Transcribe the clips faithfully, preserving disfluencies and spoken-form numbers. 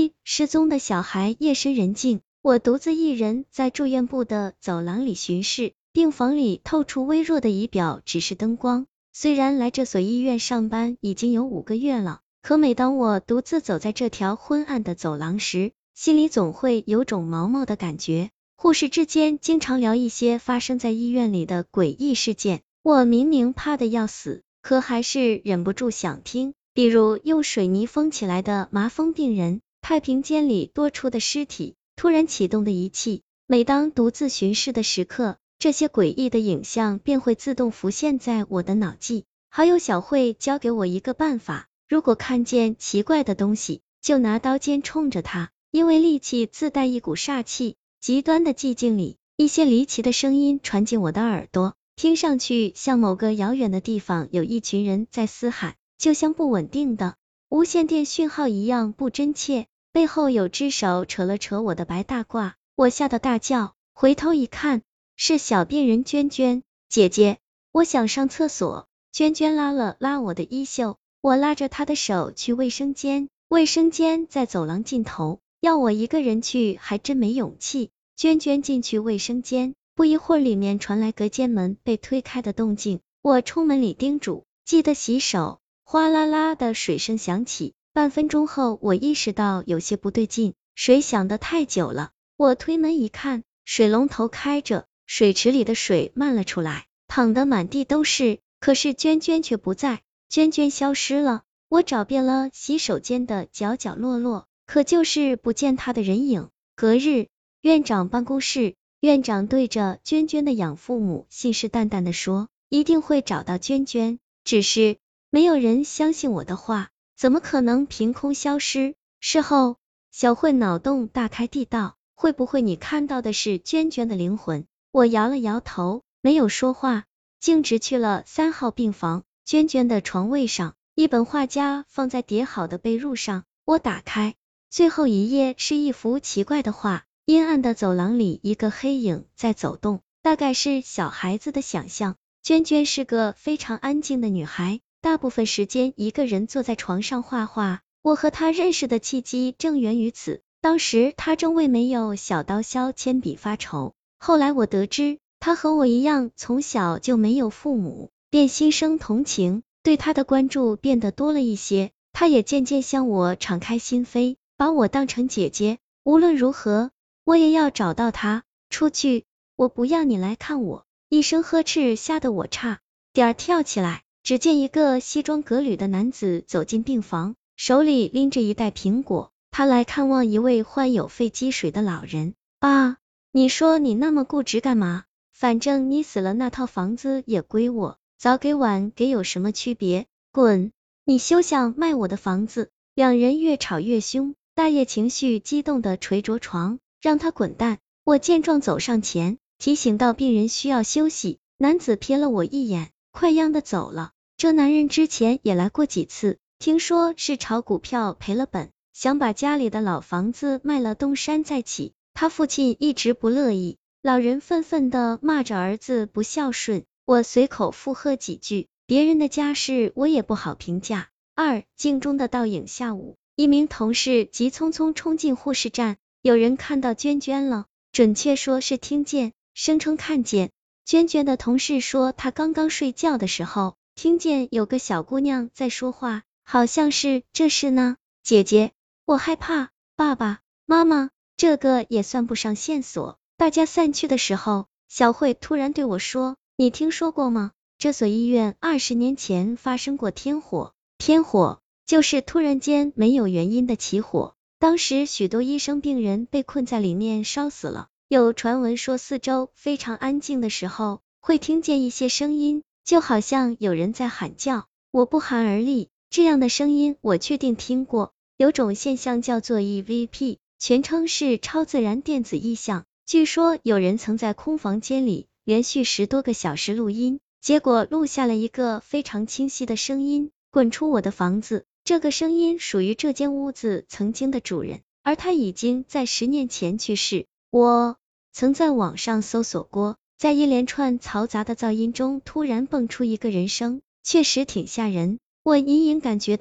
失踪的小孩。夜深人静，我独自一人在住院部的走廊里巡视，病房里透出微弱的仪表指示灯光。虽然来这所医院上班已经有五个月了，可每当我独自走在这条昏暗的走廊时，心里总会有种毛毛的感觉。护士之间经常聊一些发生在医院里的诡异事件，我明明怕得要死，可还是忍不住想听。比如用水泥封起来的麻风病人，太平间里多出的尸体，突然启动的仪器。每当独自巡视的时刻，这些诡异的影像便会自动浮现在我的脑际。好友小慧教给我一个办法，如果看见奇怪的东西，就拿刀尖冲着它，因为戾气自带一股煞气。极端的寂静里，一些离奇的声音传进我的耳朵，听上去像某个遥远的地方有一群人在嘶喊，就像不稳定的无线电讯号一样不真切。背后有只手扯了扯我的白大褂，我吓得大叫，回头一看，是小病人娟娟。姐姐，我想上厕所。娟娟拉了拉我的衣袖，我拉着她的手去卫生间。卫生间在走廊尽头，要我一个人去还真没勇气。娟娟进去卫生间，不一会儿里面传来隔间门被推开的动静，我冲门里叮嘱，记得洗手。哗啦啦的水声响起，半分钟后我意识到有些不对劲，水响得太久了。我推门一看，水龙头开着，水池里的水漫了出来，淌得满地都是，可是娟娟却不在，娟娟消失了。我找遍了洗手间的角角落落，可就是不见她的人影。隔日，院长办公室，院长对着娟娟的养父母信誓旦旦地说，一定会找到娟娟，只是没有人相信我的话，怎么可能凭空消失？事后，小慧脑洞大开地道，会不会你看到的是娟娟的灵魂？我摇了摇头，没有说话，径直去了三号病房。娟娟的床位上，一本画家放在叠好的被褥上，我打开，最后一页是一幅奇怪的画。阴暗的走廊里，一个黑影在走动，大概是小孩子的想象。娟娟是个非常安静的女孩，大部分时间一个人坐在床上画画。我和她认识的契机正源于此，当时她正为没有小刀削铅笔发愁。后来我得知，她和我一样从小就没有父母，便心生同情，对她的关注变得多了一些。她也渐渐向我敞开心扉，把我当成姐姐。无论如何，我也要找到他。出去，我不要你来看我。一声呵斥吓得我差点跳起来。只见一个西装革履的男子走进病房，手里拎着一袋苹果，他来看望一位患有肺积水的老人。爸，你说你那么固执干嘛？反正你死了，那套房子也归我，早给晚给有什么区别？滚！你休想卖我的房子！两人越吵越凶，大爷情绪激动的捶着床，让他滚蛋。我见状走上前，提醒到病人需要休息。男子瞥了我一眼，快央的走了。这男人之前也来过几次，听说是炒股票赔了本，想把家里的老房子卖了东山再起。他父亲一直不乐意，老人愤愤的骂着儿子不孝顺，我随口附和几句，别人的家事我也不好评价。二镜中的倒影。下午，一名同事急匆匆冲进护士站，有人看到娟娟了，准确说是听见，声称看见。娟娟的同事说，她刚刚睡觉的时候，听见有个小姑娘在说话，好像是这事呢。姐姐，我害怕。爸爸妈妈，这个也算不上线索。大家散去的时候，小慧突然对我说，你听说过吗？这所医院二十年前发生过天火。天火就是突然间没有原因的起火，当时许多医生病人被困在里面烧死了。有传闻说四周非常安静的时候，会听见一些声音，就好像有人在喊叫。我不寒而栗，这样的声音我确定听过。有种现象叫做 E V P， 全称是超自然电子异象。据说有人曾在空房间里连续十多个小时录音，结果录下了一个非常清晰的声音，滚出我的房子。这个声音属于这间屋子曾经的主人，而他已经在十年前去世。我曾在网上搜索过，在一连串嘈杂的噪音中突然蹦出一个人声，确实挺吓人。我隐隐感觉到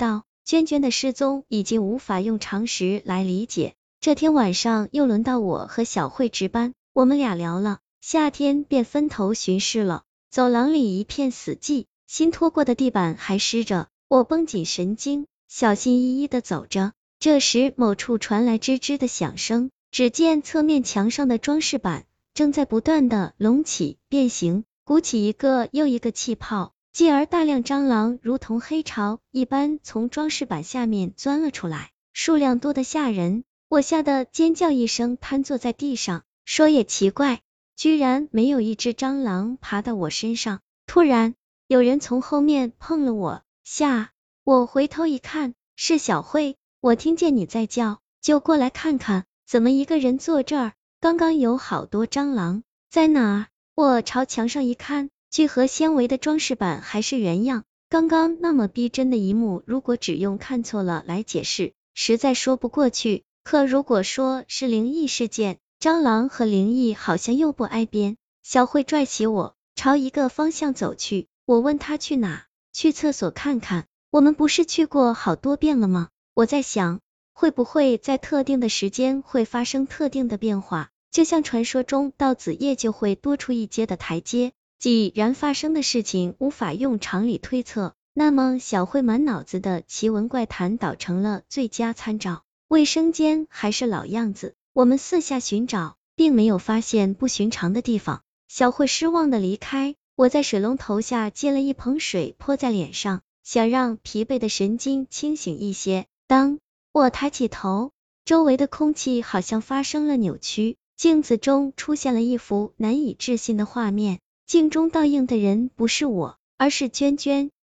娟娟的失踪已经无法用常识来理解。这天晚上又轮到我和小慧值班，我们俩聊了夏天，便分头巡视了。走廊里一片死寂，新拖过的地板还湿着，我绷紧神经，小心翼翼的走着。这时某处传来吱吱的响声，只见侧面墙上的装饰板正在不断的隆起变形，鼓起一个又一个气泡，继而大量蟑螂如同黑潮一般从装饰板下面钻了出来，数量多得吓人。我吓得尖叫一声，瘫坐在地上。说也奇怪，居然没有一只蟑螂爬到我身上。突然有人从后面碰了我，吓我回头一看，是小慧。我听见你在叫，就过来看看，怎么一个人坐这儿？刚刚有好多蟑螂，在哪儿？我朝墙上一看，聚合纤维的装饰板还是原样。刚刚那么逼真的一幕，如果只用看错了来解释，实在说不过去。可如果说是灵异事件，蟑螂和灵异好像又不挨边。小慧拽起我，朝一个方向走去。我问她去哪？去厕所看看。我们不是去过好多遍了吗？我在想，会不会在特定的时间会发生特定的变化，就像传说中到子夜就会多出一阶的台阶。既然发生的事情无法用常理推测，那么小慧满脑子的奇闻怪谈导成了最佳参照。卫生间还是老样子，我们四下寻找，并没有发现不寻常的地方。小慧失望的离开，我在水龙头下接了一盆水泼在脸上，想让疲惫的神经清醒一些。当我抬起头，周围的空气好像发生了扭曲，镜子中出现了一幅难以置信的画面，镜中倒映的人不是我，而是娟娟。